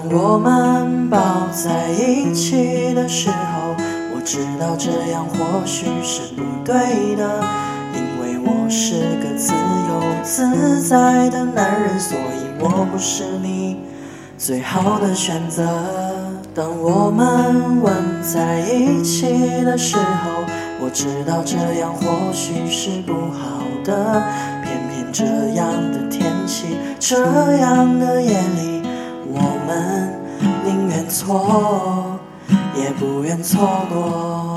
我们抱在一起的时候，我知道这样或许是不对的，因为我是个自由自在的男人，所以我不是你最好的选择。当我们吻在一起的时候，我知道这样或许是不好的，偏偏这样的天气，这样的夜里，我们宁愿错，也不愿错过。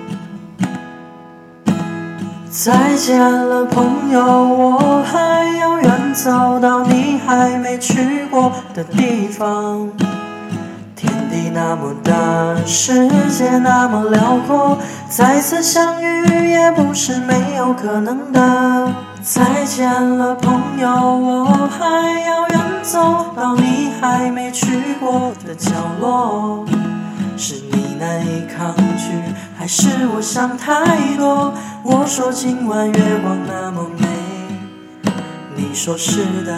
再见了朋友，我还要远走到你还没去过的地方。天地那么大，世界那么辽阔，再次相遇也不是没有可能的。再见了朋友，我还要远走到你还没去过的角落。是你难以抗拒，还是我想太多？我说今晚月光那么美，你说是的。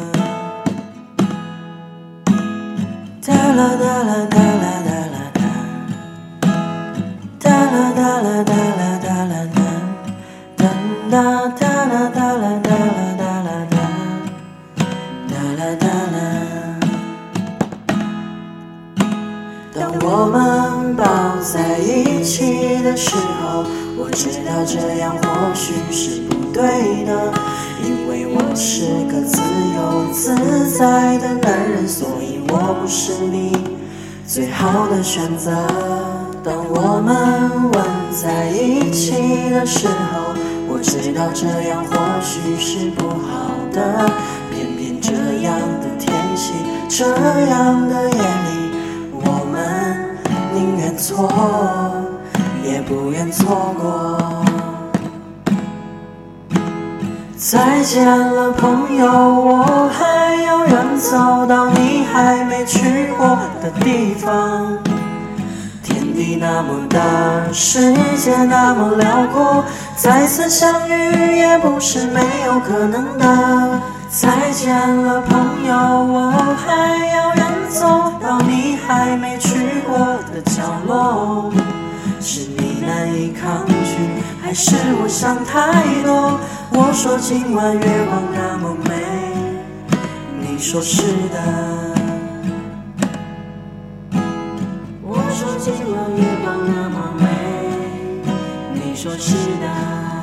哒啦哒啦哒啦哒啦哒，哒啦哒啦哒啦哒啦哒，哒啦哒啦哒啦哒啦哒啦哒，哒啦哒啦。当我们抱在一起的时候，我知道这样或许是不对的，因为我是个自由自在的男人，所以我不是你最好的选择。当我们吻在一起的时候，我知道这样或许是不好的，偏偏这样的天气，这样的夜里，我们宁愿错，也不愿错过。再见了朋友，我还要远走到你还没去过的地方。天地那么大，世界那么辽阔，再次相遇也不是没有可能的。再见了朋友，我还要远走到你还没去过的角落。是你难以抗拒，还是我想太多？我说今晚月光那么美，你说是的。我说今晚月光那么美，你说是的。